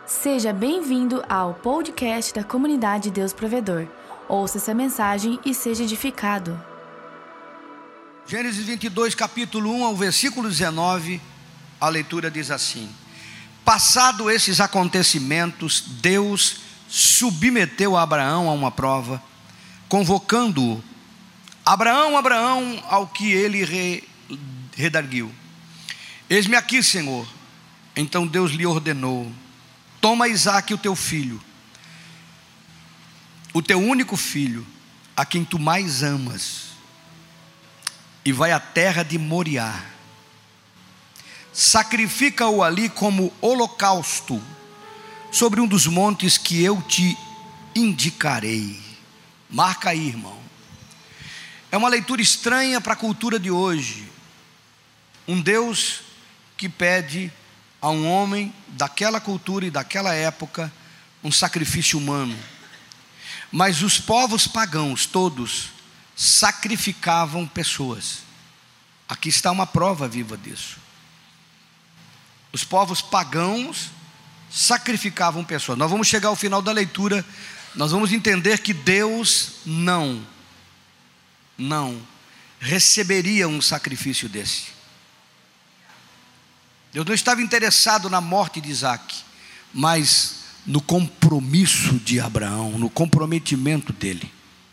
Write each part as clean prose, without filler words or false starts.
Seja bem-vindo ao podcast da Comunidade Deus Provedor. Ouça essa mensagem e seja edificado. Gênesis 22, capítulo 1 ao versículo 19, a leitura diz assim: Passado esses acontecimentos, Deus submeteu Abraão a uma prova, convocando-o. Abraão, Abraão, ao que ele redarguiu: Eis-me aqui, Senhor. Então Deus lhe ordenou: Toma Isaque, o teu filho, o teu único filho, a quem tu mais amas, e vai à terra de Moriá. Sacrifica-o ali como holocausto, sobre um dos montes que eu te indicarei. Marca aí, irmão. É uma leitura estranha para a cultura de hoje. Um Deus que pede a um homem daquela cultura e daquela época um sacrifício humano. Mas os povos pagãos todos sacrificavam pessoas. Aqui está uma prova viva disso. Os povos pagãos sacrificavam pessoas. Nós vamos chegar ao final da leitura, nós vamos entender que Deus não receberia um sacrifício desse. Deus não estava interessado na morte de Isaque, mas no compromisso de Abraão, no comprometimento dele.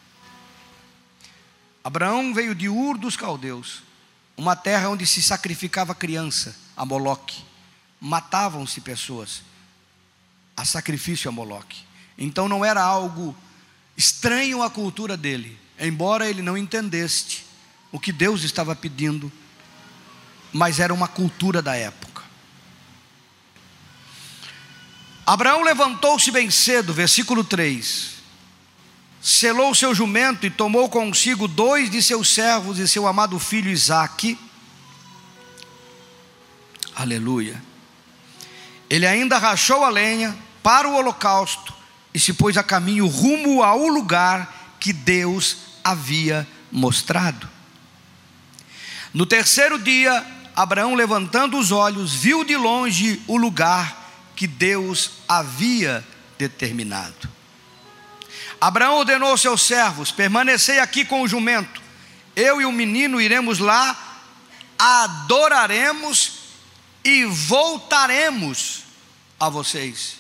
Abraão veio de Ur dos Caldeus, uma terra onde se sacrificava criança a Moloque. Matavam-se pessoas a sacrifício a Moloque. Então não era algo estranho à cultura dele, embora ele não entendesse o que Deus estava pedindo, mas era uma cultura da época. Abraão levantou-se bem cedo, versículo 3, selou seu jumento e tomou consigo 2 de seus servos e seu amado filho Isaque. Aleluia. Ele ainda rachou a lenha para o holocausto e se pôs a caminho rumo ao lugar que Deus havia mostrado. No terceiro dia, Abraão, levantando os olhos, viu de longe o lugar que Deus havia determinado. Abraão ordenou aos seus servos: permanecei aqui com o jumento, eu e o menino iremos lá, adoraremos e voltaremos a vocês.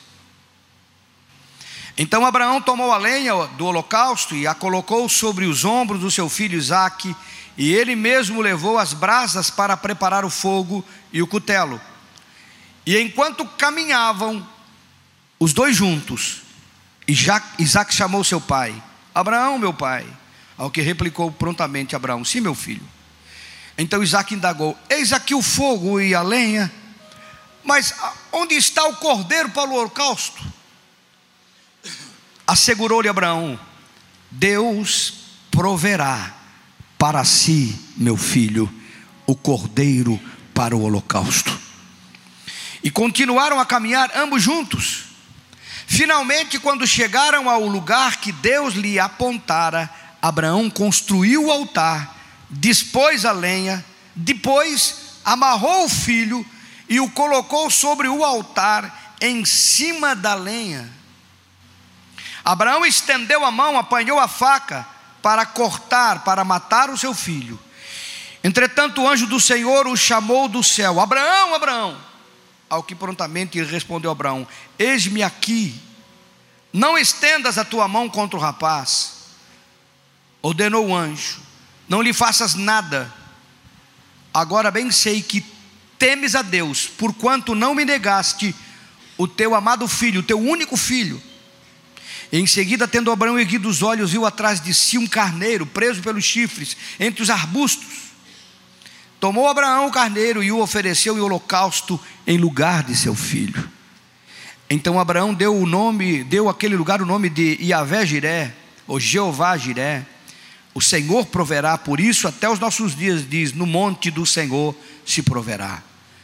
Então Abraão tomou a lenha do holocausto e a colocou sobre os ombros do seu filho Isaque, e ele mesmo levou as brasas para preparar o fogo e o cutelo. E enquanto caminhavam os dois juntos, Isaque chamou seu pai: Abraão, meu pai. Ao que replicou prontamente Abraão: sim, meu filho. Então Isaque indagou: eis aqui o fogo e a lenha, mas onde está o cordeiro para o holocausto? Assegurou-lhe Abraão: Deus proverá para si, meu filho, o cordeiro para o holocausto. E continuaram a caminhar ambos juntos. Finalmente, quando chegaram ao lugar que Deus lhe apontara, Abraão construiu o altar, dispôs a lenha, depois amarrou o filho e o colocou sobre o altar em cima da lenha. Abraão estendeu a mão, apanhou a faca para cortar, para matar o seu filho. Entretanto, o anjo do Senhor o chamou do céu: Abraão, Abraão. Ao que prontamente respondeu Abraão: eis-me aqui, não estendas a tua mão contra o rapaz. Ordenou o anjo: não lhe faças nada. Agora bem sei que temes a Deus, porquanto não me negaste o teu amado filho, o teu único filho. E em seguida, tendo Abraão erguido os olhos, viu atrás de si um carneiro preso pelos chifres entre os arbustos. Tomou Abraão o carneiro e o ofereceu em holocausto em lugar de seu filho. Então Abraão deu àquele lugar o nome de Yahvé Jiré, ou Jeová Jiré. O Senhor proverá. Por isso até os nossos dias diz: no monte do Senhor se proverá.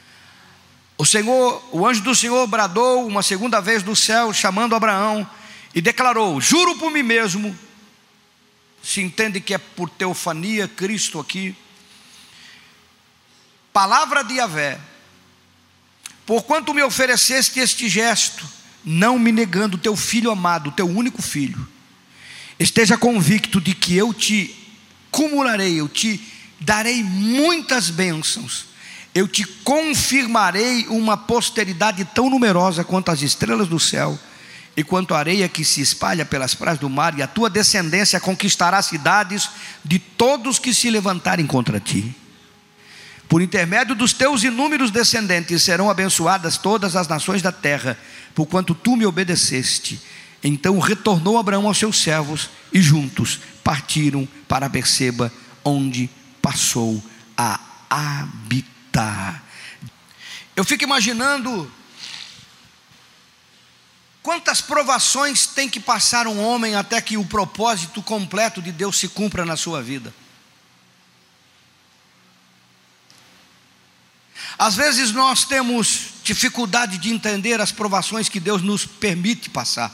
O anjo do Senhor bradou uma segunda vez do céu, chamando Abraão, e declarou: juro por mim mesmo. Se entende que é por teofania, Cristo aqui. Palavra de Yahvé: porquanto me ofereceste este gesto, não me negando o teu filho amado, o teu único filho, esteja convicto de que eu te cumularei, eu te darei muitas bênçãos, eu te confirmarei uma posteridade tão numerosa quanto as estrelas do céu e quanto a areia que se espalha pelas praias do mar, e a tua descendência conquistará cidades de todos que se levantarem contra ti. Por intermédio dos teus inúmeros descendentes serão abençoadas todas as nações da terra, porquanto tu me obedeceste. Então retornou Abraão aos seus servos, e juntos partiram para Berseba, onde passou a habitar. Eu fico imaginando quantas provações tem que passar um homem até que o propósito completo de Deus se cumpra na sua vida. Às vezes nós temos dificuldade de entender as provações que Deus nos permite passar,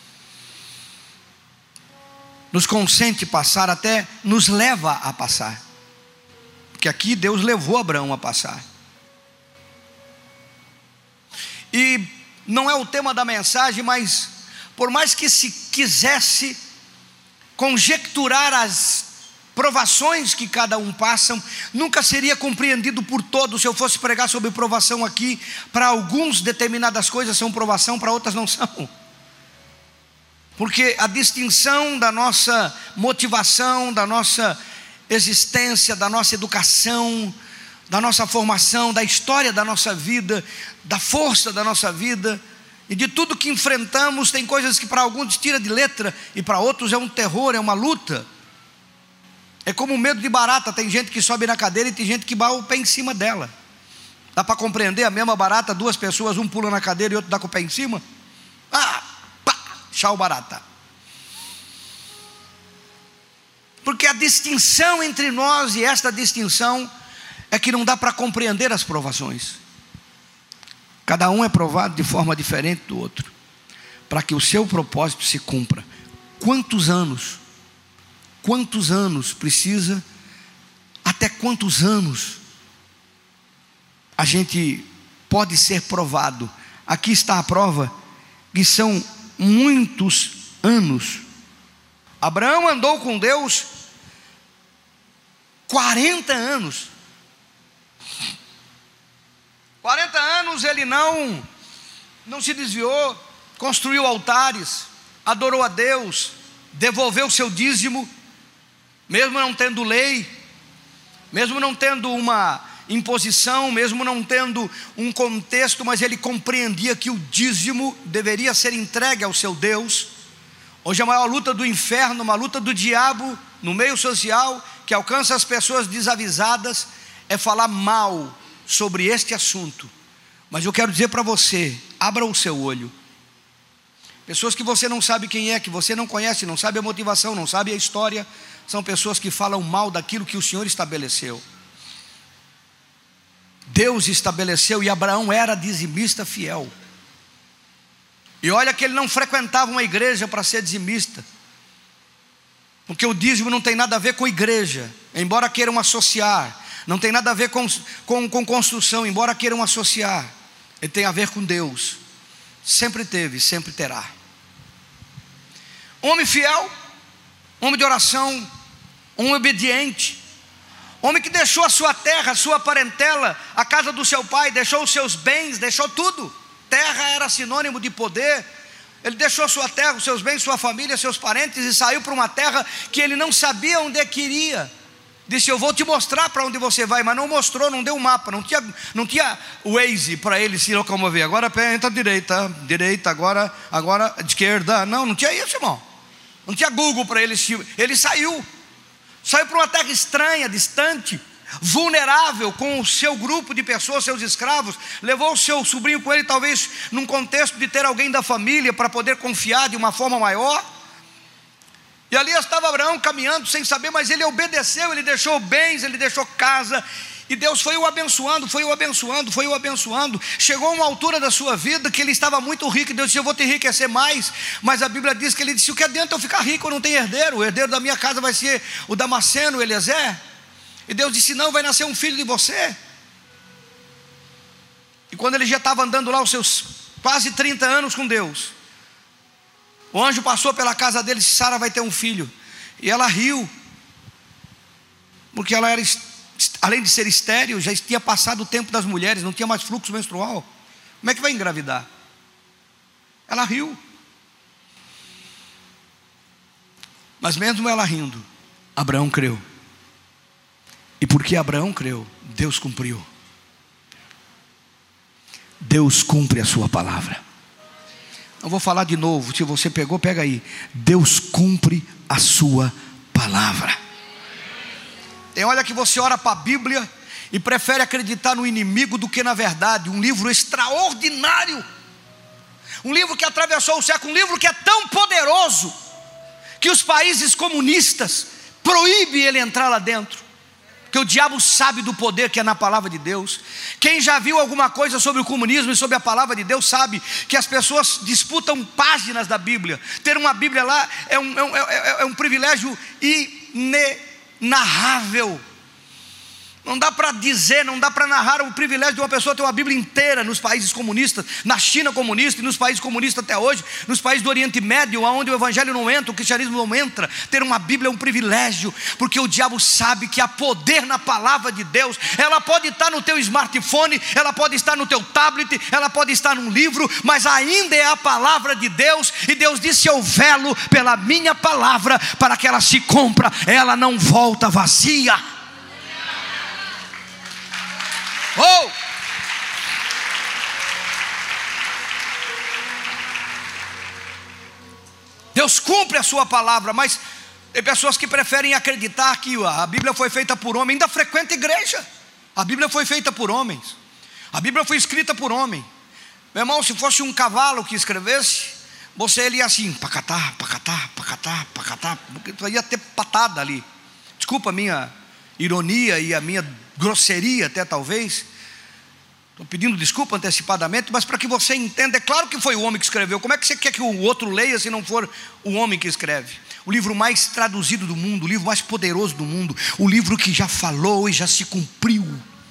nos consente passar, até nos leva a passar, porque aqui Deus levou Abraão a passar. E não é o tema da mensagem, mas por mais que se quisesse conjecturar as provações que cada um passa, nunca seria compreendido por todos. Se eu fosse pregar sobre provação aqui, para alguns determinadas coisas são provação, para outras não são, porque a distinção da nossa motivação, da nossa existência, da nossa educação, da nossa formação, da história da nossa vida, da força da nossa vida e de tudo que enfrentamos, tem coisas que para alguns tira de letra e para outros é um terror, é uma luta. É como o medo de barata. Tem gente que sobe na cadeira e tem gente que bate o pé em cima dela. Dá para compreender? A mesma barata, duas pessoas, um pula na cadeira e outro dá com o pé em cima. Tchau barata. Porque a distinção entre nós, e esta distinção é que não dá para compreender as provações. Cada um é provado de forma diferente do outro, para que o seu propósito se cumpra. Quantos anos precisa, até quantos anos a gente pode ser provado? Aqui está a prova, que são muitos anos. Abraão andou com Deus 40 anos. 40 anos ele não se desviou, construiu altares, adorou a Deus, devolveu seu dízimo, mesmo não tendo lei, mesmo não tendo uma imposição, mesmo não tendo um contexto, mas ele compreendia que o dízimo deveria ser entregue ao seu Deus. Hoje a maior luta do inferno, uma luta do diabo no meio social, que alcança as pessoas desavisadas, é falar mal sobre este assunto. Mas eu quero dizer para você, abra o seu olho. Pessoas que você não sabe quem é, que você não conhece, não sabe a motivação, não sabe a história, são pessoas que falam mal daquilo que o Senhor estabeleceu. Deus estabeleceu, e Abraão era dizimista fiel. E olha que ele não frequentava uma igreja para ser dizimista, porque o dízimo não tem nada a ver com igreja, embora queiram associar. Não tem nada a ver com construção, embora queiram associar. Ele tem a ver com Deus. Sempre teve, sempre terá. Homem fiel, homem de oração, homem obediente, homem que deixou a sua terra, a sua parentela, a casa do seu pai, deixou os seus bens, deixou tudo. Terra era sinônimo de poder. Ele deixou sua terra, os seus bens, sua família, seus parentes, e saiu para uma terra que ele não sabia onde é que iria. Disse: eu vou te mostrar para onde você vai, mas não mostrou, não deu um mapa, não tinha Waze para ele se locomover. Agora entra direita, agora esquerda. Não tinha isso, irmão. Não tinha Google para ele. Ele saiu para uma terra estranha, distante, vulnerável, com o seu grupo de pessoas, seus escravos. Levou o seu sobrinho com ele, talvez num contexto de ter alguém da família para poder confiar de uma forma maior. E ali estava Abraão caminhando sem saber, mas ele obedeceu, ele deixou bens, ele deixou casa, e Deus foi o abençoando. Chegou a uma altura da sua vida que ele estava muito rico, e Deus disse: eu vou te enriquecer mais. Mas a Bíblia diz que ele disse: o que adianta eu ficar rico, eu não tenho herdeiro, o herdeiro da minha casa vai ser o Damasceno, o Eliezer. E Deus disse: não, vai nascer um filho de você. E quando ele já estava andando lá os seus quase 30 anos com Deus. O anjo passou pela casa dele e disse: Sara vai ter um filho. E ela riu, porque ela era, além de ser estéril, já tinha passado o tempo das mulheres, não tinha mais fluxo menstrual. Como é que vai engravidar? Ela riu. Mas mesmo ela rindo, Abraão creu. E porque Abraão creu, Deus cumpriu. Deus cumpre a sua palavra. Eu vou falar de novo, se você pegou, pega aí. Deus cumpre a sua palavra. Tem hora que você ora para a Bíblia e prefere acreditar no inimigo do que na verdade. Um livro extraordinário, um livro que atravessou o século, um livro que é tão poderoso que os países comunistas proíbem ele entrar lá dentro, porque o diabo sabe do poder que é na palavra de Deus. Quem já viu alguma coisa sobre o comunismo e sobre a palavra de Deus sabe que as pessoas disputam páginas da Bíblia. Ter uma Bíblia lá é um privilégio inenarrável. Não dá para dizer, não dá para narrar o privilégio de uma pessoa ter uma Bíblia inteira nos países comunistas, na China comunista e nos países comunistas até hoje, nos países do Oriente Médio, onde o evangelho não entra, o cristianismo não entra. Ter uma Bíblia é um privilégio, porque o diabo sabe que há poder na palavra de Deus. Ela pode estar no teu smartphone, ela pode estar no teu tablet, ela pode estar num livro, mas ainda é a palavra de Deus. E Deus disse: eu velo pela minha palavra para que ela se cumpra, ela não volta vazia. Oh! Deus cumpre a sua palavra, mas tem pessoas que preferem acreditar que a Bíblia foi feita por homem. Ainda frequenta igreja. A Bíblia foi feita por homens, a Bíblia foi escrita por homem. Meu irmão, se fosse um cavalo que escrevesse, você ia assim, pacatá, pacatá, pacatá, pacatá, porque ia ter patada ali. Desculpa a minha ironia e a minha grosseria até talvez. Estou pedindo desculpa antecipadamente, mas para que você entenda, é claro que foi o homem que escreveu. Como é que você quer que o outro leia se não for o homem que escreve? O livro mais traduzido do mundo, o livro mais poderoso do mundo, o livro que já falou e já se cumpriu.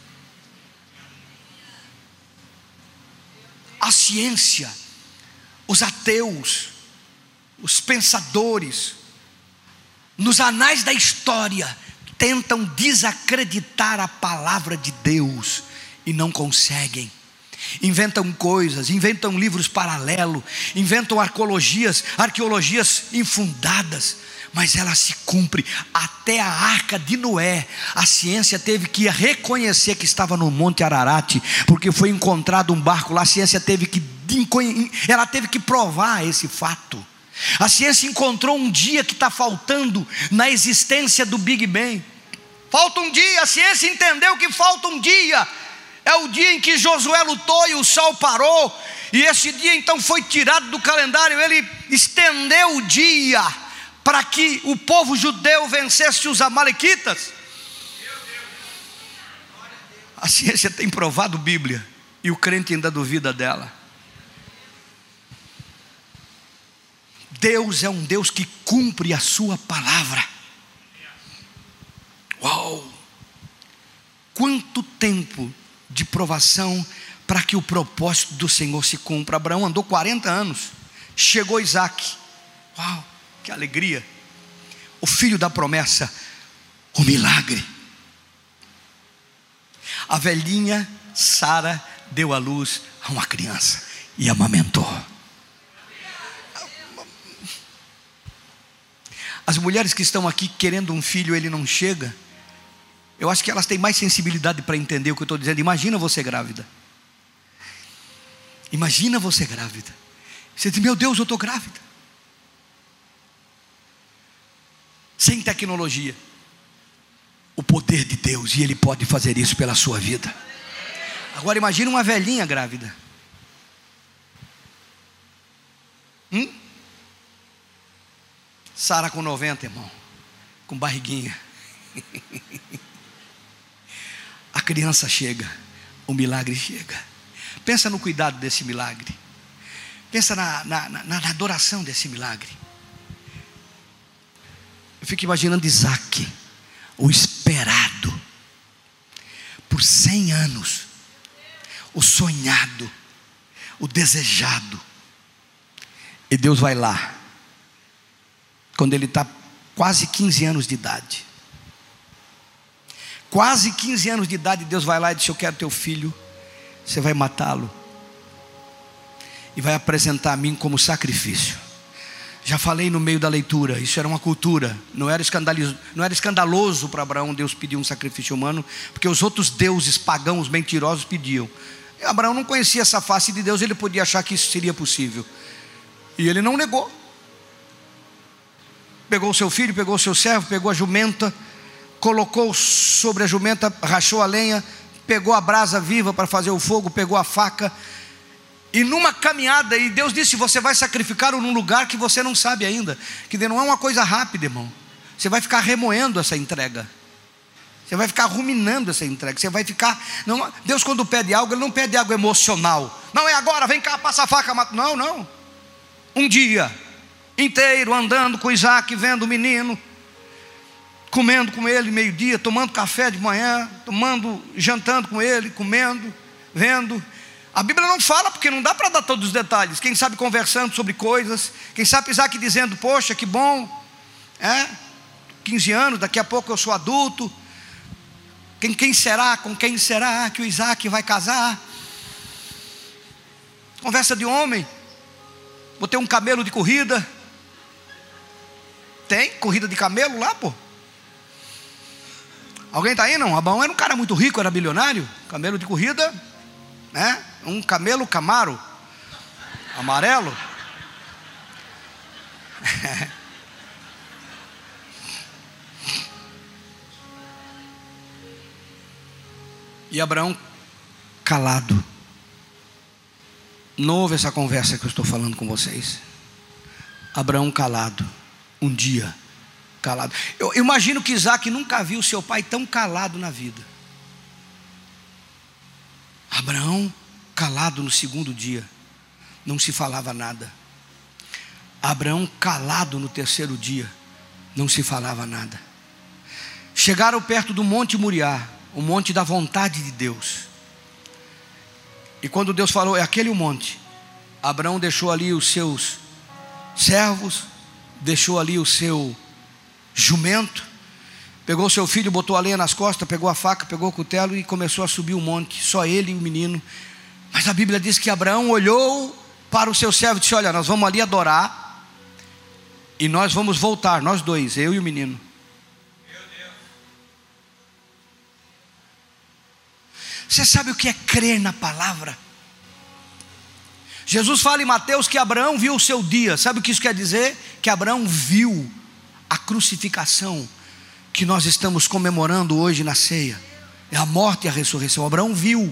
A ciência, os ateus, os pensadores, nos anais da história, tentam desacreditar a palavra de Deus e não conseguem. Inventam coisas, inventam livros paralelos, inventam arqueologias infundadas, mas ela se cumpre. Até a arca de Noé, a ciência teve que reconhecer que estava no Monte Ararat, porque foi encontrado um barco lá. A ciência teve que provar esse fato. A ciência encontrou um dia que está faltando na existência do Big Bang. Falta um dia, a ciência entendeu que falta um dia. É o dia em que Josué lutou e o sol parou, e esse dia então foi tirado do calendário. Ele estendeu o dia para que o povo judeu vencesse os amalequitas. A ciência tem provado Bíblia e o crente ainda duvida dela. Deus é um Deus que cumpre a sua palavra. Uau! Quanto tempo de provação para que o propósito do Senhor se cumpra. Abraão andou 40 anos, chegou Isaac. Uau, que alegria! O filho da promessa, o milagre. A velhinha Sara deu à luz a uma criança e amamentou. As mulheres que estão aqui querendo um filho, ele não chega. Eu acho que elas têm mais sensibilidade para entender o que eu estou dizendo. Imagina você grávida. Imagina você grávida. Você diz: meu Deus, eu estou grávida. Sem tecnologia. O poder de Deus, e Ele pode fazer isso pela sua vida. Agora imagina uma velhinha grávida. Sara com 90, irmão, com barriguinha. A criança chega, o milagre chega. Pensa no cuidado desse milagre. Pensa na adoração desse milagre. Eu fico imaginando Isaac, o esperado, por 100 anos, o sonhado, o desejado. E Deus vai lá, quando ele está quase 15 anos de idade. Quase 15 anos de idade, Deus vai lá e diz: eu quero teu filho, você vai matá-lo e vai apresentar a mim como sacrifício. Já falei no meio da leitura, isso era uma cultura, não era escandaloso para Abraão Deus pedir um sacrifício humano, porque os outros deuses pagãos mentirosos pediam. E Abraão não conhecia essa face de Deus, ele podia achar que isso seria possível, e ele não negou. Pegou o seu filho, pegou o seu servo, pegou a jumenta, colocou sobre a jumenta, rachou a lenha, pegou a brasa viva para fazer o fogo, pegou a faca, e numa caminhada, e Deus disse: você vai sacrificar num lugar que você não sabe ainda, que não é uma coisa rápida, irmão. Você vai ficar remoendo essa entrega, você vai ficar ruminando essa entrega, você vai ficar, não, Deus quando pede algo, Ele não pede algo emocional, não é agora, vem cá, passa a faca, mata. Não, um dia inteiro andando com Isaac, vendo o menino, comendo com ele meio-dia, tomando café de manhã, jantando com ele, comendo, vendo. A Bíblia não fala, porque não dá para dar todos os detalhes. Quem sabe conversando sobre coisas, quem sabe Isaac dizendo: poxa, que bom, 15 anos, daqui a pouco eu sou adulto. Com quem será que o Isaac vai casar? Conversa de homem. Vou ter um camelo de corrida. Tem corrida de camelo lá, pô? Alguém está aí? Não? Abraão era um cara muito rico, era bilionário. Camelo de corrida, né? Um camelo Camaro amarelo. E Abraão calado. Não houve essa conversa que eu estou falando com vocês. Abraão calado. Um dia calado. Eu imagino que Isaac nunca viu seu pai tão calado na vida. Abraão calado no segundo dia, não se falava nada. Abraão calado no terceiro dia, não se falava nada. Chegaram perto do Monte Moriá, o monte da vontade de Deus. E quando Deus falou: é aquele o monte, Abraão deixou ali os seus servos, deixou ali o seu jumento, pegou seu filho, botou a lenha nas costas, pegou a faca, pegou o cutelo e começou a subir o monte, só ele e o menino. Mas a Bíblia diz que Abraão olhou para o seu servo e disse: olha, nós vamos ali adorar, e nós vamos voltar, nós dois, eu e o menino. Você sabe o que é crer na palavra? Jesus fala em Mateus que Abraão viu o seu dia. Sabe o que isso quer dizer? Que Abraão viu a crucificação que nós estamos comemorando hoje na ceia. É a morte e a ressurreição. Abraão viu.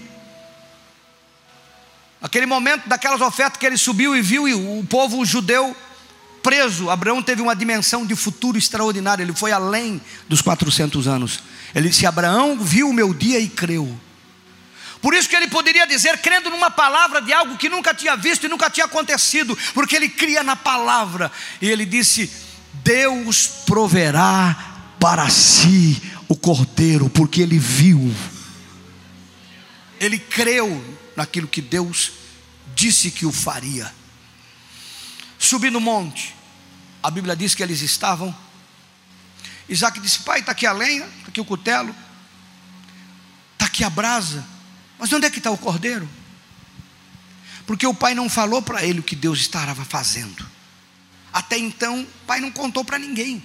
Aquele momento daquelas ofertas que ele subiu e viu, e o povo judeu preso. Abraão teve uma dimensão de futuro extraordinária. Ele foi além dos 400 anos. Ele disse: Abraão viu o meu dia e creu. Por isso que ele poderia dizer, crendo numa palavra de algo que nunca tinha visto e nunca tinha acontecido, porque ele cria na palavra. E ele disse: Deus proverá para si o cordeiro, porque ele viu, ele creu naquilo que Deus disse que o faria. Subindo o monte, a Bíblia diz que eles estavam. Isaac disse: pai, está aqui a lenha, está aqui o cutelo, está aqui a brasa, mas onde é que está o cordeiro? Porque o pai não falou para ele o que Deus estava fazendo. Até então, o pai não contou para ninguém.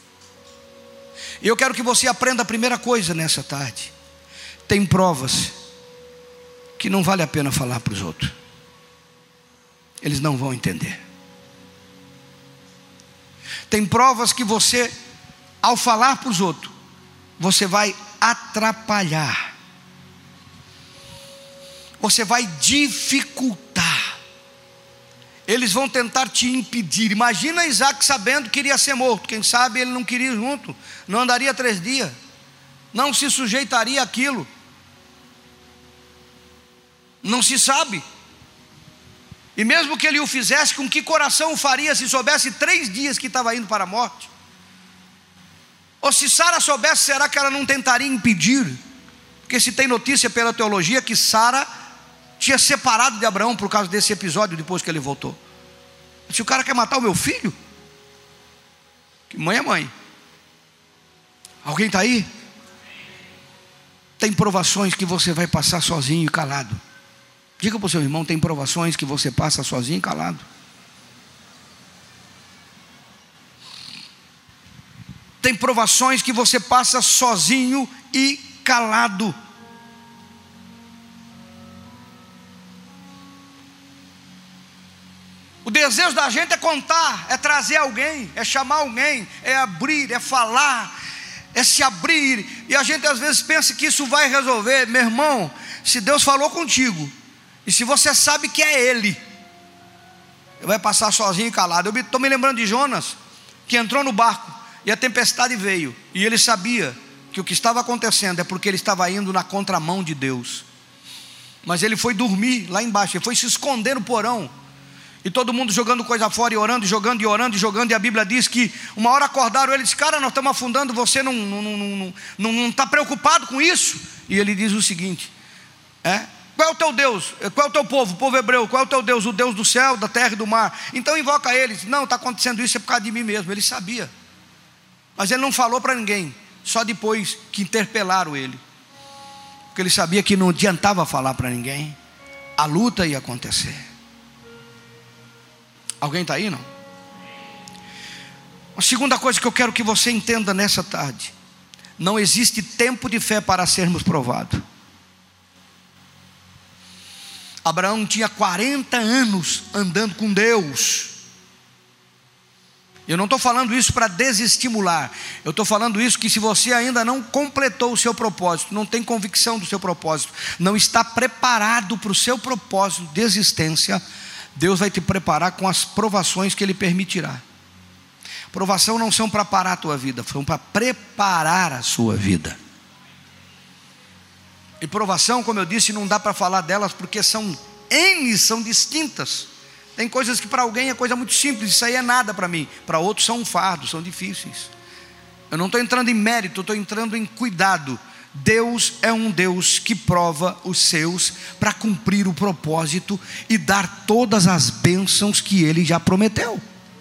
E eu quero que você aprenda a primeira coisa nessa tarde. Tem provas que não vale a pena falar para os outros. Eles não vão entender. Tem provas que você, ao falar para os outros, você vai atrapalhar. Você vai dificultar. Eles vão tentar te impedir. Imagina Isaac sabendo que iria ser morto. Quem sabe ele não queria ir junto, não andaria 3 dias, não se sujeitaria àquilo. Não se sabe. E mesmo que ele o fizesse, com que coração o faria se soubesse 3 dias que estava indo para a morte? Ou se Sara soubesse, será que ela não tentaria impedir? Porque se tem notícia pela teologia que Sara tinha separado de Abraão por causa desse episódio depois que ele voltou. Se o cara quer matar o meu filho, que mãe é mãe. Alguém está aí? Tem provações que você vai passar sozinho e calado. Diga para o seu irmão, tem provações que você passa sozinho e calado. Tem provações que você passa sozinho e calado. O desejo da gente é contar, é trazer alguém, é chamar alguém, é abrir, é falar, é se abrir. E a gente às vezes pensa que isso vai resolver. Meu irmão, se Deus falou contigo, e se você sabe que é Ele, vai passar sozinho e calado. Eu estou me lembrando de Jonas, que entrou no barco e a tempestade veio, e ele sabia que o que estava acontecendo é porque ele estava indo na contramão de Deus. Mas ele foi dormir lá embaixo, ele foi se esconder no porão, e todo mundo jogando coisa fora e orando, jogando e orando e jogando. E a Bíblia diz que uma hora acordaram ele e disse: cara, nós estamos afundando, você não está preocupado com isso? E ele diz o seguinte: qual é o teu Deus? Qual é o teu povo? O povo hebreu. Qual é o teu Deus? O Deus do céu, da terra e do mar. Então invoca ele. Não, está acontecendo isso é por causa de mim mesmo. Ele sabia, mas ele não falou para ninguém, só depois que interpelaram ele, porque ele sabia que não adiantava falar para ninguém, a luta ia acontecer. Alguém está aí, não? A segunda coisa que eu quero que você entenda nessa tarde: não existe tempo de fé para sermos provados. Abraão tinha 40 anos andando com Deus. Eu não estou falando isso para desestimular, eu estou falando isso que se você ainda não completou o seu propósito, não tem convicção do seu propósito, não está preparado para o seu propósito de existência, Deus vai te preparar com as provações que Ele permitirá. Provação não são para parar a tua vida, são para preparar a sua vida. E provação, como eu disse, não dá para falar delas porque são distintas. Tem coisas que para alguém é coisa muito simples, isso aí é nada para mim. Para outros são um fardo, são difíceis. Eu não estou entrando em mérito, estou entrando em cuidado. Deus é um Deus que prova os seus para cumprir o propósito e dar todas as bênçãos que Ele já prometeu.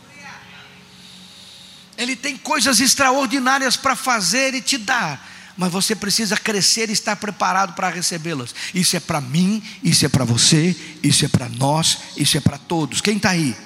Ele tem coisas extraordinárias para fazer e te dar, mas você precisa crescer e estar preparado para recebê-las. Isso é para mim, isso é para você, isso é para nós, isso é para todos. Quem está aí?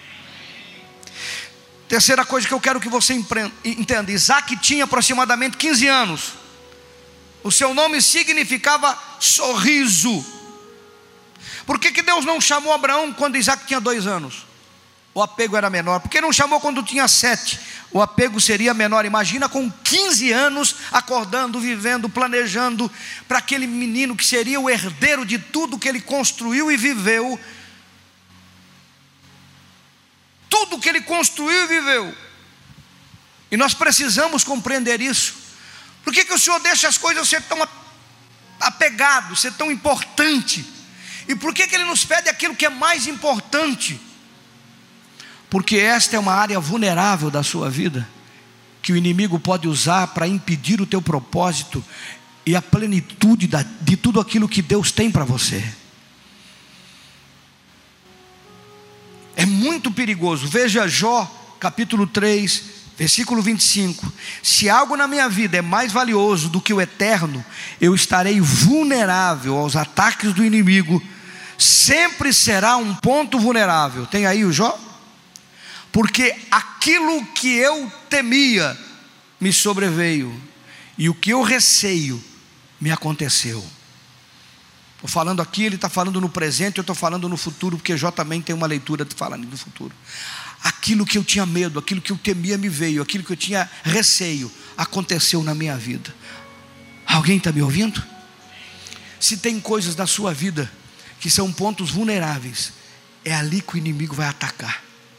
Terceira coisa que eu quero que você entenda: Isaac tinha aproximadamente 15 anos. O seu nome significava sorriso. Por que Deus não chamou Abraão quando Isaac tinha 2 anos? O apego era menor. Por que não chamou quando tinha 7? O apego seria menor. Imagina com 15 anos, acordando, vivendo, planejando para aquele menino que seria o herdeiro de tudo que ele construiu e viveu. Tudo que ele construiu e viveu. E nós precisamos compreender isso. Por que o Senhor deixa as coisas ser tão apegado, ser tão importante? E por que Ele nos pede aquilo que é mais importante? Porque esta é uma área vulnerável da sua vida, que o inimigo pode usar para impedir o teu propósito e a plenitude de tudo aquilo que Deus tem para você. É muito perigoso. Veja Jó, capítulo 3, versículo 25: se algo na minha vida é mais valioso do que o eterno, eu estarei vulnerável aos ataques do inimigo. Sempre será um ponto vulnerável. Tem aí o Jó? Porque aquilo que eu temia me sobreveio, e o que eu receio me aconteceu. Estou falando aqui, ele está falando no presente, eu estou falando no futuro, porque Jó também tem uma leitura falando do futuro. Aquilo que eu tinha medo, aquilo que eu temia me veio, aquilo que eu tinha receio aconteceu na minha vida. Alguém está me ouvindo? Se tem coisas na sua vida que são pontos vulneráveis, é ali que o inimigo vai atacar.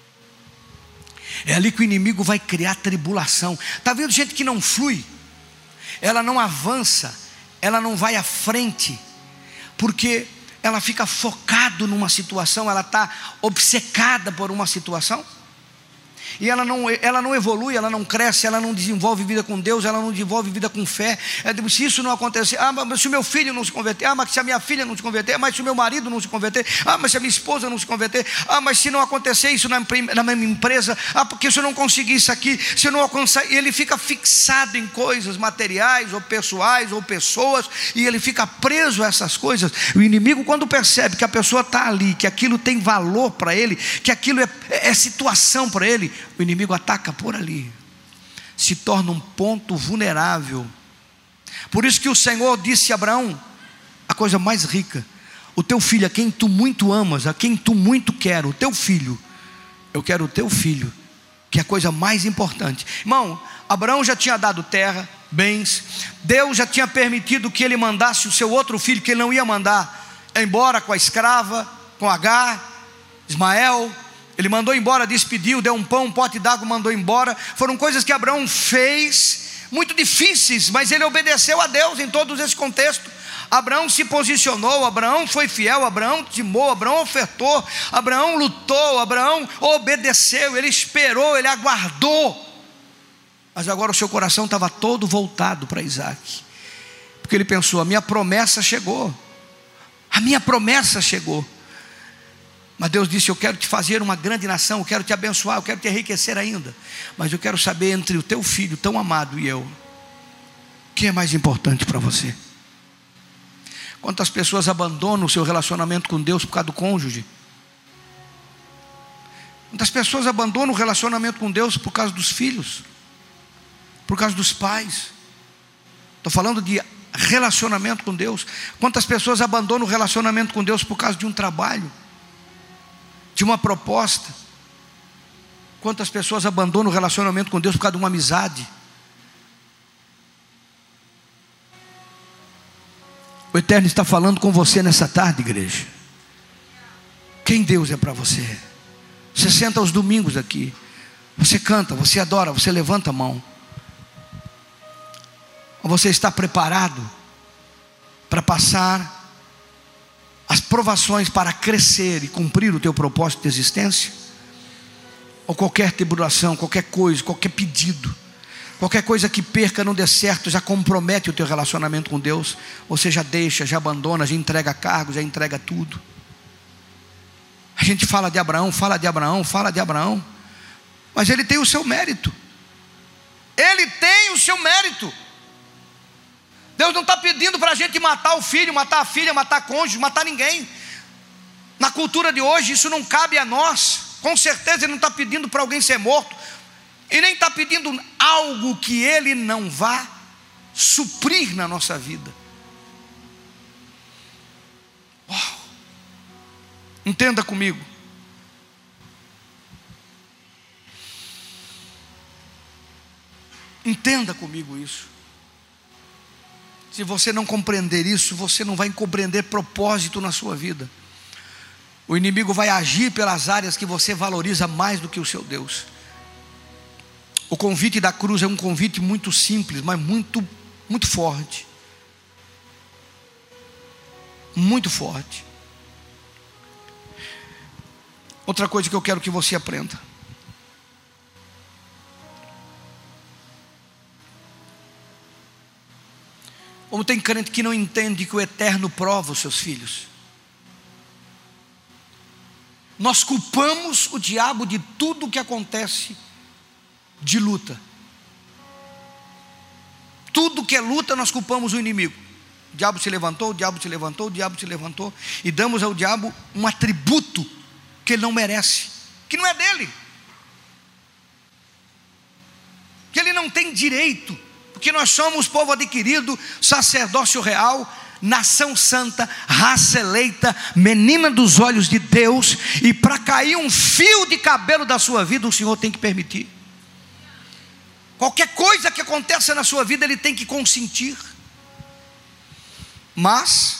É ali que o inimigo vai criar tribulação. Está vendo gente que não flui? Ela não avança, ela não vai à frente, porque ela fica focada numa situação, ela está obcecada por uma situação. e ela não evolui, ela não cresce, ela não desenvolve vida com Deus, ela não desenvolve vida com fé. Se isso não acontecer, mas se o meu filho não se converter, mas se a minha filha não se converter, mas se o meu marido não se converter, mas se a minha esposa não se converter, mas se não acontecer isso na minha empresa, porque se eu não conseguir isso aqui, se eu não alcançar, e ele fica fixado em coisas materiais, ou pessoais, ou pessoas, e ele fica preso a essas coisas. O inimigo, quando percebe que a pessoa está ali, que aquilo tem valor para ele, que aquilo é situação para ele, o inimigo ataca por ali, se torna um ponto vulnerável. Por isso que o Senhor disse a Abraão a coisa mais rica: o teu filho, a quem tu muito amas, a quem tu muito quer, o teu filho, eu quero o teu filho, que é a coisa mais importante. Irmão, Abraão já tinha dado terra, bens, Deus já tinha permitido que ele mandasse o seu outro filho, que ele não ia mandar embora com a escrava, com Agar, Ismael. Ele mandou embora, despediu, deu um pão, um pote d'água, mandou embora. Foram coisas que Abraão fez, muito difíceis, mas ele obedeceu a Deus em todos esse contexto. Abraão se posicionou, Abraão foi fiel, Abraão timou, Abraão ofertou, Abraão lutou, Abraão obedeceu, ele esperou, ele aguardou. Mas agora o seu coração estava todo voltado para Isaac, porque ele pensou: a minha promessa chegou, a minha promessa chegou. Mas Deus disse: eu quero te fazer uma grande nação, eu quero te abençoar, eu quero te enriquecer ainda, mas eu quero saber, entre o teu filho tão amado e eu, o que é mais importante para você? Quantas pessoas abandonam o seu relacionamento com Deus por causa do cônjuge? Quantas pessoas abandonam o relacionamento com Deus por causa dos filhos, por causa dos pais? Estou falando de relacionamento com Deus. Quantas pessoas abandonam o relacionamento com Deus por causa de um trabalho, de uma proposta? Quantas pessoas abandonam o relacionamento com Deus por causa de uma amizade? O Eterno está falando com você nessa tarde, igreja. Quem Deus é para você? Você senta aos domingos aqui, você canta, você adora, você levanta a mão. Ou você está preparado para passar as provações para crescer e cumprir o teu propósito de existência? Ou qualquer tribulação, qualquer coisa, qualquer pedido, qualquer coisa que perca, não dê certo, já compromete o teu relacionamento com Deus, você já deixa, já abandona, já entrega cargo, já entrega tudo. A gente fala de Abraão, fala de Abraão, fala de Abraão, mas ele tem o seu mérito. Ele tem o seu mérito. Deus não está pedindo para a gente matar o filho, matar a filha, matar a cônjuge, matar ninguém. Na cultura de hoje isso não cabe a nós. Com certeza Ele não está pedindo para alguém ser morto, e nem está pedindo algo que Ele não vá suprir na nossa vida. Uau. Entenda comigo. Entenda comigo isso. Se você não compreender isso, você não vai compreender propósito na sua vida. O inimigo vai agir pelas áreas que você valoriza mais do que o seu Deus. O convite da cruz é um convite muito simples, mas muito forte. Muito forte. Outra coisa que eu quero que você aprenda: como tem crente que não entende que o Eterno prova os seus filhos. Nós culpamos o diabo de tudo que acontece de luta. Tudo que é luta nós culpamos o inimigo. O diabo se levantou, o diabo se levantou, o diabo se levantou, e damos ao diabo um atributo que ele não merece, que não é dele, que ele não tem direito, porque nós somos povo adquirido, sacerdócio real, nação santa, raça eleita, menina dos olhos de Deus, e para cair um fio de cabelo da sua vida, o Senhor tem que permitir. Qualquer coisa que aconteça na sua vida, Ele tem que consentir. Mas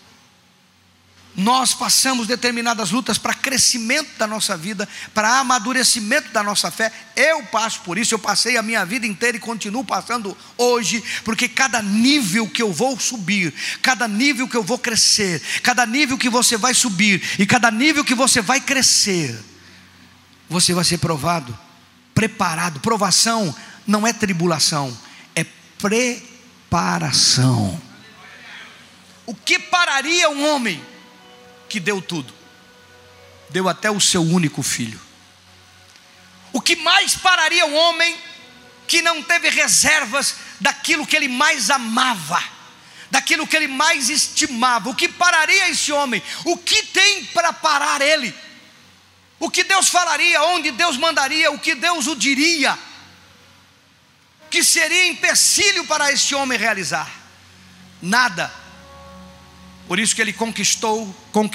nós passamos determinadas lutas para crescimento da nossa vida, para amadurecimento da nossa fé. Eu passo por isso, eu passei a minha vida inteira e continuo passando hoje, porque cada nível que eu vou subir, cada nível que eu vou crescer, cada nível que você vai subir e cada nível que você vai crescer, você vai ser provado preparado. Provação não é tribulação, é preparação. O que pararia um homem que deu tudo? Deu até o seu único filho. O que mais pararia um homem que não teve reservas daquilo que ele mais amava, daquilo que ele mais estimava? O que pararia esse homem? O que tem para parar ele? O que Deus falaria, onde Deus mandaria, o que Deus o diria, que seria empecilho para esse homem realizar? Nada. Por isso que ele conquistou,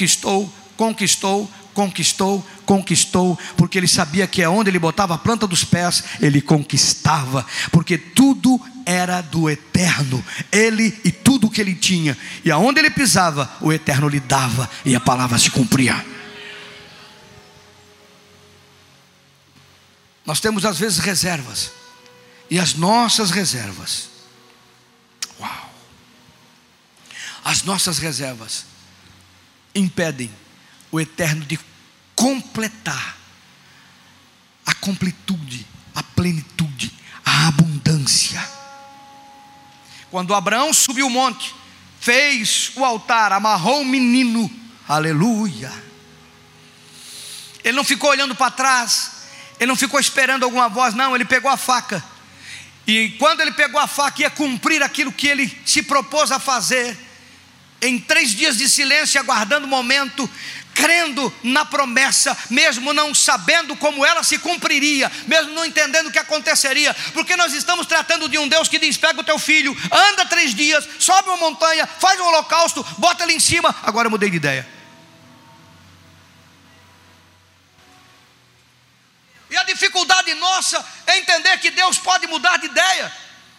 porque ele sabia que onde ele botava a planta dos pés, ele conquistava, porque tudo era do eterno, ele e tudo que ele tinha, e aonde ele pisava, o eterno lhe dava, e a palavra se cumpria. Nós temos às vezes reservas, e as nossas reservas, as nossas reservas impedem o eterno de completar a completude, a plenitude, a abundância. Quando Abraão subiu o monte, fez o altar, amarrou o menino, aleluia, ele não ficou olhando para trás, ele não ficou esperando alguma voz, não, ele pegou a faca, e quando ele pegou a faca, ia cumprir aquilo que ele se propôs a fazer, em 3 dias de silêncio, aguardando o momento, crendo na promessa, mesmo não sabendo como ela se cumpriria, mesmo não entendendo o que aconteceria, porque nós estamos tratando de um Deus que diz: pega o teu filho, anda 3 dias, sobe uma montanha, faz um holocausto, bota ele em cima. Agora eu mudei de ideia. E a dificuldade nossa é entender que Deus pode mudar de ideia.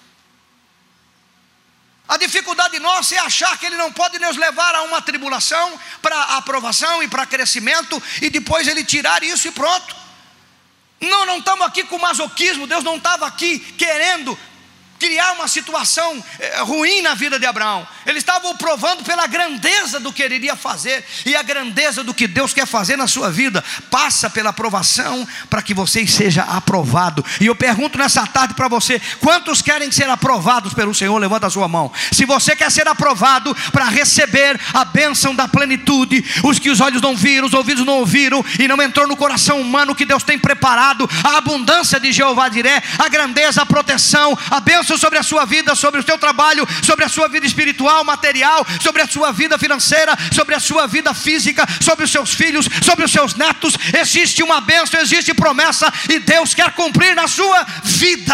A dificuldade nossa é achar que Ele não pode nos levar a uma tribulação, para aprovação e para crescimento, e depois Ele tirar isso e pronto. Não estamos aqui com masoquismo. Deus não estava aqui querendo criar uma situação ruim na vida de Abraão. Ele estava o provando pela grandeza do que ele iria fazer, e a grandeza do que Deus quer fazer na sua vida passa pela aprovação, para que você seja aprovado. E eu pergunto nessa tarde para você: quantos querem ser aprovados pelo Senhor? Levanta a sua mão. Se você quer ser aprovado para receber a bênção da plenitude, os que os olhos não viram, os ouvidos não ouviram, e não entrou no coração humano, que Deus tem preparado, a abundância de Jeová Jiré, a grandeza, a proteção, a bênção sobre a sua vida, sobre o seu trabalho, sobre a sua vida espiritual, material, sobre a sua vida financeira, sobre a sua vida física, sobre os seus filhos, sobre os seus netos. Existe uma bênção, existe promessa, e Deus quer cumprir na sua vida.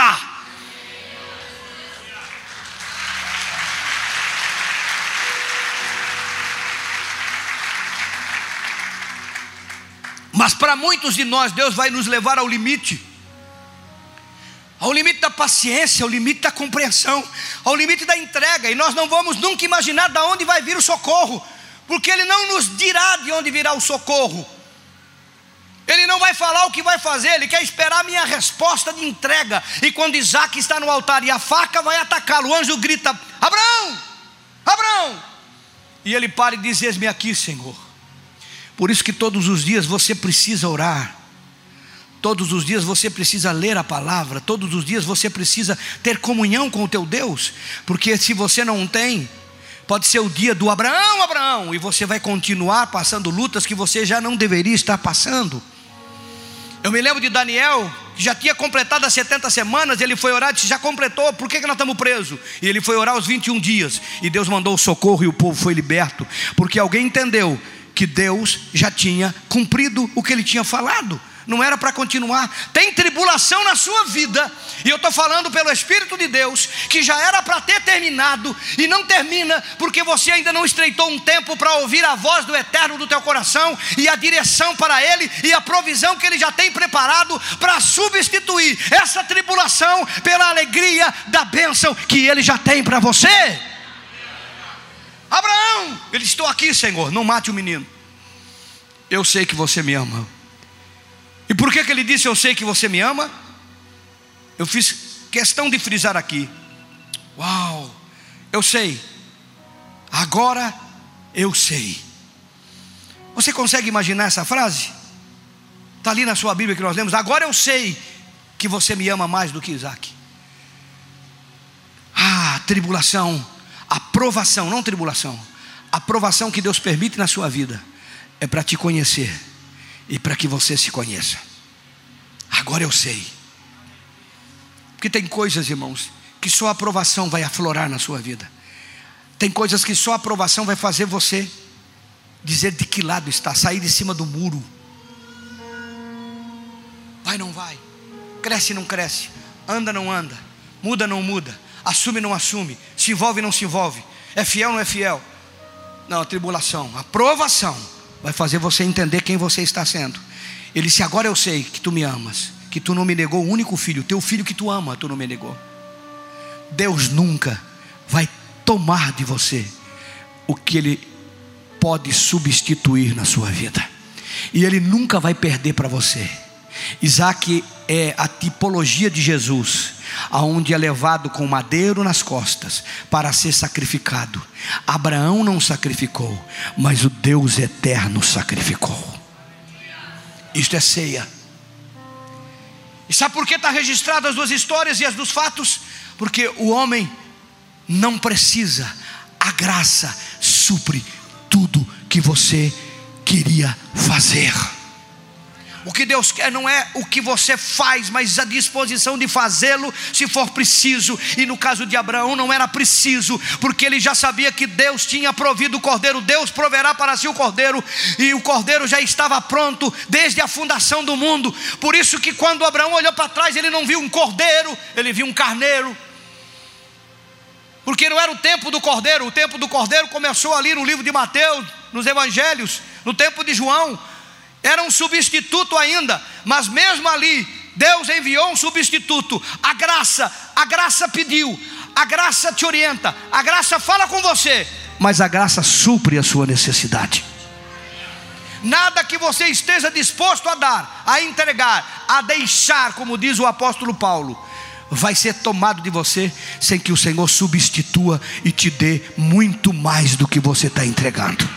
Mas para muitos de nós, Deus vai nos levar ao limite da paciência, ao limite da compreensão, ao limite da entrega, e nós não vamos nunca imaginar de onde vai vir o socorro, porque Ele não nos dirá de onde virá o socorro. Ele não vai falar o que vai fazer, Ele quer esperar a minha resposta de entrega. E quando Isaac está no altar e a faca vai atacá-lo, o anjo grita: Abraão, Abraão, e ele para e diz: eis-me aqui, Senhor. Por isso que todos os dias você precisa orar, todos os dias você precisa ler a palavra, todos os dias você precisa ter comunhão com o teu Deus, porque se você não tem, pode ser o dia do Abraão, Abraão, e você vai continuar passando lutas que você já não deveria estar passando. Eu me lembro de Daniel, que já tinha completado as 70 semanas, ele foi orar e disse: já completou, por que nós estamos presos? E ele foi orar os 21 dias, e Deus mandou o socorro, e o povo foi liberto, porque alguém entendeu que Deus já tinha cumprido o que Ele tinha falado. Não era para continuar. Tem tribulação na sua vida, e eu estou falando pelo Espírito de Deus, que já era para ter terminado, e não termina, porque você ainda não estreitou um tempo para ouvir a voz do Eterno do teu coração, e a direção para Ele, e a provisão que Ele já tem preparado, para substituir essa tribulação pela alegria da bênção que Ele já tem para você. Abraão, ele: estou aqui, Senhor, não mate o menino, eu sei que você me ama. E por que ele disse: eu sei que você me ama? Eu fiz questão de frisar aqui: uau, eu sei, agora eu sei. Você consegue imaginar essa frase? Está ali na sua Bíblia que nós lemos: agora eu sei que você me ama mais do que Isaac? Ah, tribulação, aprovação, não tribulação, aprovação que Deus permite na sua vida é para te conhecer e para que você se conheça. Agora eu sei. Porque tem coisas, irmãos, que só a aprovação vai aflorar na sua vida. Tem coisas que só a aprovação vai fazer você dizer de que lado está, sair de cima do muro. Vai, não vai, cresce, não cresce, anda, não anda, muda, não muda, assume, não assume, se envolve, não se envolve, é fiel, não é fiel. Não, a tribulação, a provação vai fazer você entender quem você está sendo. Ele disse: agora eu sei que tu me amas, que tu não me negou o único filho, teu filho que tu ama, tu não me negou. Deus nunca vai tomar de você o que Ele pode substituir na sua vida, e Ele nunca vai perder para você. Isaac é a tipologia de Jesus, aonde é levado com madeiro nas costas para ser sacrificado. Abraão não sacrificou, mas o Deus eterno sacrificou. Isto é ceia. E sabe por que está registrado as duas histórias e as dos fatos? Porque o homem não precisa, a graça supre tudo que você queria fazer. O que Deus quer não é o que você faz, mas a disposição de fazê-lo se for preciso. E no caso de Abraão não era preciso, porque ele já sabia que Deus tinha provido o cordeiro. Deus proverá para si o cordeiro, e o cordeiro já estava pronto desde a fundação do mundo. Por isso que quando Abraão olhou para trás, ele não viu um cordeiro, ele viu um carneiro. Porque não era o tempo do cordeiro. O tempo do cordeiro começou ali no livro de Mateus, nos evangelhos, no tempo de João. Era um substituto ainda, mas mesmo ali Deus enviou um substituto. A graça pediu, a graça te orienta, a graça fala com você, mas a graça supre a sua necessidade. Nada que você esteja disposto a dar, a entregar, a deixar, como diz o apóstolo Paulo, vai ser tomado de você sem que o Senhor substitua e te dê muito mais do que você está entregando.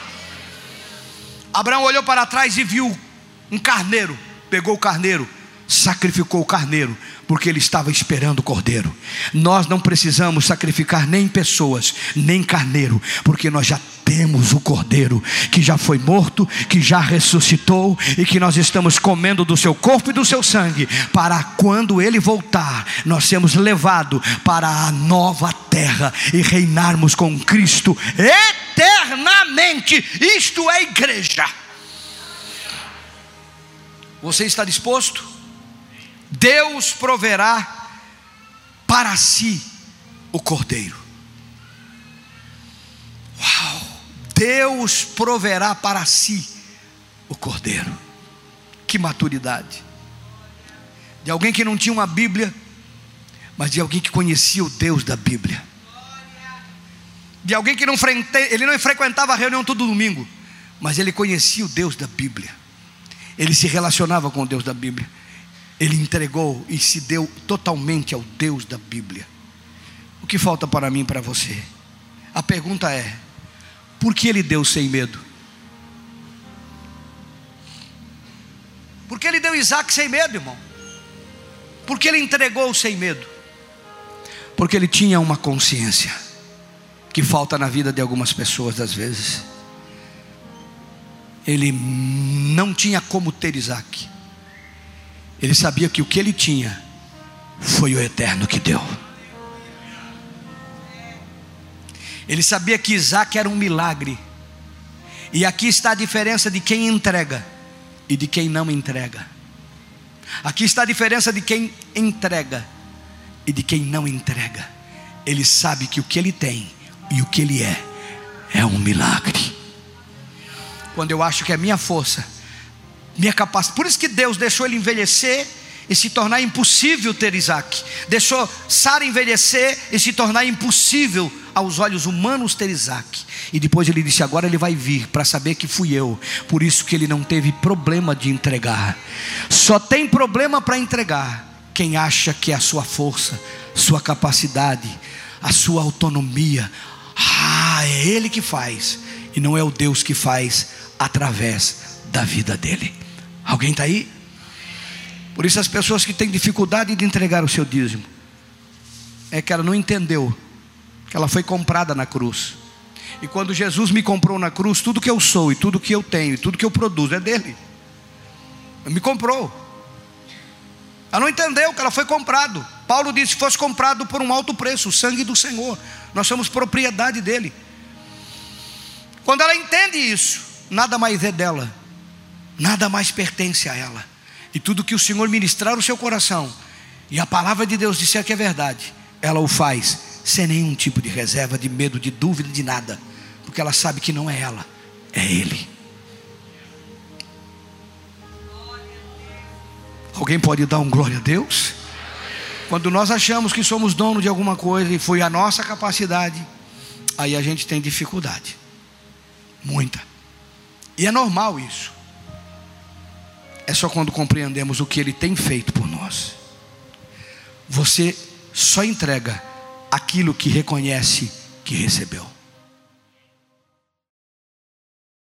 Abraão olhou para trás e viu um carneiro, pegou o carneiro, sacrificou o carneiro, porque ele estava esperando o cordeiro. Nós não precisamos sacrificar nem pessoas, nem carneiro, porque nós já temos o cordeiro, que já foi morto, que já ressuscitou, e que nós estamos comendo do seu corpo e do seu sangue, para quando ele voltar, nós sermos levados para a nova terra, e reinarmos com Cristo eternamente. Isto é igreja. Você está disposto? Deus proverá para si o cordeiro. Uau! Deus proverá para si o cordeiro. Que maturidade! De alguém que não tinha uma Bíblia, mas de alguém que conhecia o Deus da Bíblia. De alguém que ele não frequentava a reunião todo domingo, mas ele conhecia o Deus da Bíblia. Ele se relacionava com o Deus da Bíblia. Ele entregou e se deu totalmente ao Deus da Bíblia. O que falta para mim e para você? A pergunta é: por que ele deu sem medo? Por que ele deu Isaac sem medo, irmão? Por que ele entregou sem medo? Porque ele tinha uma consciência que falta na vida de algumas pessoas às vezes. Ele não tinha como ter Isaac. Ele sabia que o que ele tinha foi o eterno que deu. Ele sabia que Isaac era um milagre. E aqui está a diferença de quem entrega e de quem não entrega. Aqui está a diferença de quem entrega e de quem não entrega. Ele sabe que o que ele tem e o que ele é um milagre. Quando eu acho que é minha força, minha capacidade, por isso que Deus deixou ele envelhecer e se tornar impossível ter Isaac. Deixou Sara envelhecer e se tornar impossível aos olhos humanos ter Isaac. E depois ele disse: agora ele vai vir para saber que fui eu. Por isso que ele não teve problema de entregar. Só tem problema para entregar quem acha que é a sua força, sua capacidade, a sua autonomia. É ele que faz, e não é o Deus que faz através da vida dele. Alguém está aí? Por isso as pessoas que têm dificuldade de entregar o seu dízimo, é que ela não entendeu que ela foi comprada na cruz. E quando Jesus me comprou na cruz, tudo que eu sou, e tudo que eu tenho, e tudo que eu produzo é dele. Ele me comprou. Ela não entendeu que ela foi comprado. Paulo disse: fosse comprado por um alto preço, o sangue do Senhor. Nós somos propriedade dele. Quando ela entende isso, nada mais é dela, nada mais pertence a ela. E tudo que o Senhor ministrar o seu coração, e a palavra de Deus disser que é verdade, ela o faz sem nenhum tipo de reserva, de medo, de dúvida, de nada, porque ela sabe que não é ela, é Ele. Alguém pode dar um glória a Deus? Quando nós achamos que somos dono de alguma coisa e foi a nossa capacidade, aí a gente tem dificuldade, muita. E é normal isso. É só quando compreendemos o que Ele tem feito por nós. Você só entrega aquilo que reconhece que recebeu.